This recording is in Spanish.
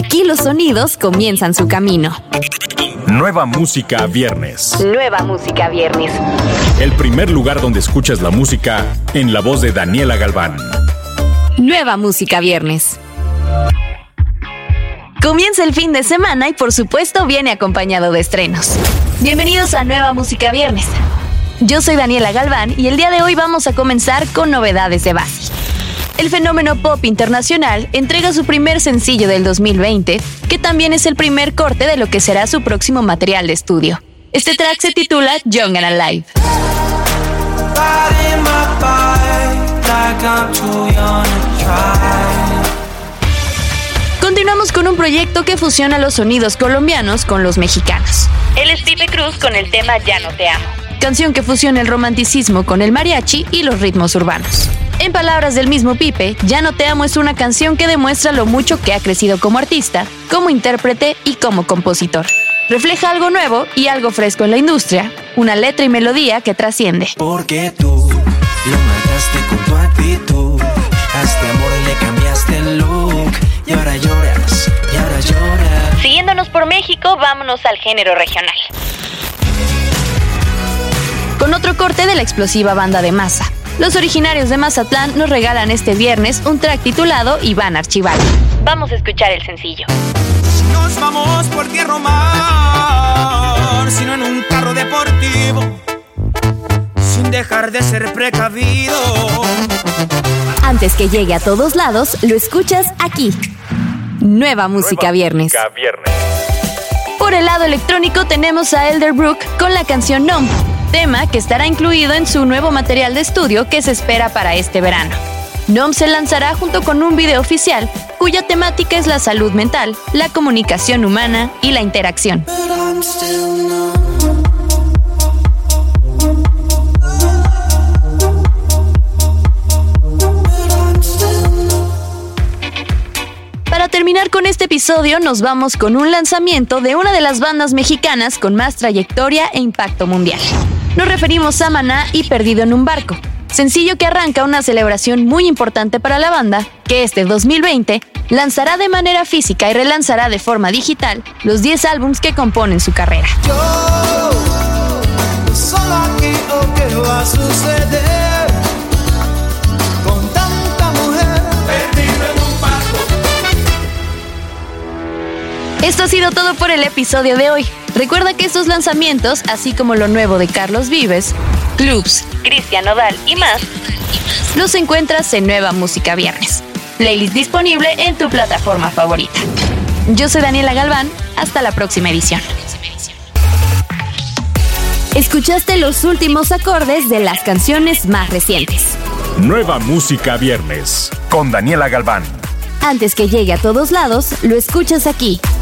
Aquí los sonidos comienzan su camino. Nueva música viernes. Nueva música viernes. El primer lugar donde escuchas la música en la voz de Daniela Galván. Nueva música viernes. Comienza el fin de semana y por supuesto viene acompañado de estrenos. Bienvenidos a Nueva Música Viernes. Yo soy Daniela Galván y el día de hoy vamos a comenzar con novedades de Basi. El fenómeno pop internacional entrega su primer sencillo del 2020, que también es el primer corte de lo que será su próximo material de estudio. Este track se titula Young and Alive. Continuamos con un proyecto que fusiona los sonidos colombianos con los mexicanos. Él es Pipe Cruz con el tema Ya no te amo, canción que fusiona el romanticismo con el mariachi y los ritmos urbanos. En palabras del mismo Pipe, Ya no te amo es una canción que demuestra lo mucho que ha crecido como artista, como intérprete y como compositor. Refleja algo nuevo y algo fresco en la industria, una letra y melodía que trasciende. Porque tú lo mataste con tu actitud, a este amor le cambiaste el look y ahora lloras, y ahora lloras. Siguiéndonos por México, vámonos al género regional. Con otro corte de la explosiva banda de Masa. Los originarios de Mazatlán nos regalan este viernes un track titulado Iván Archibaldo. Vamos a escuchar el sencillo. Nos vamos por tierra o mar, sino en un carro deportivo, sin dejar de ser precavido. Antes que llegue a todos lados, lo escuchas aquí. Nueva Música Viernes. Por el lado electrónico tenemos a Elderbrook con la canción Numb, tema que estará incluido en su nuevo material de estudio que se espera para este verano. Numb se lanzará junto con un video oficial cuya temática es la salud mental, la comunicación humana y la interacción. Para terminar con este episodio, nos vamos con un lanzamiento de una de las bandas mexicanas con más trayectoria e impacto mundial. Nos referimos a Maná y Perdido en un barco, sencillo que arranca una celebración muy importante para la banda, que este 2020 lanzará de manera física y relanzará de forma digital los 10 álbumes que componen su carrera. Yo, solo aquí, ¿qué va a suceder con tanta mujer? Perdido en un barco. Esto ha sido todo por el episodio de hoy. Recuerda que estos lanzamientos, así como lo nuevo de Carlos Vives, Clubs, Cristian Nodal y más, los encuentras en Nueva Música Viernes. Playlist disponible en tu plataforma favorita. Yo soy Daniela Galván. Hasta la próxima edición. Escuchaste los últimos acordes de las canciones más recientes. Nueva Música Viernes con Daniela Galván. Antes que llegue a todos lados, lo escuchas aquí.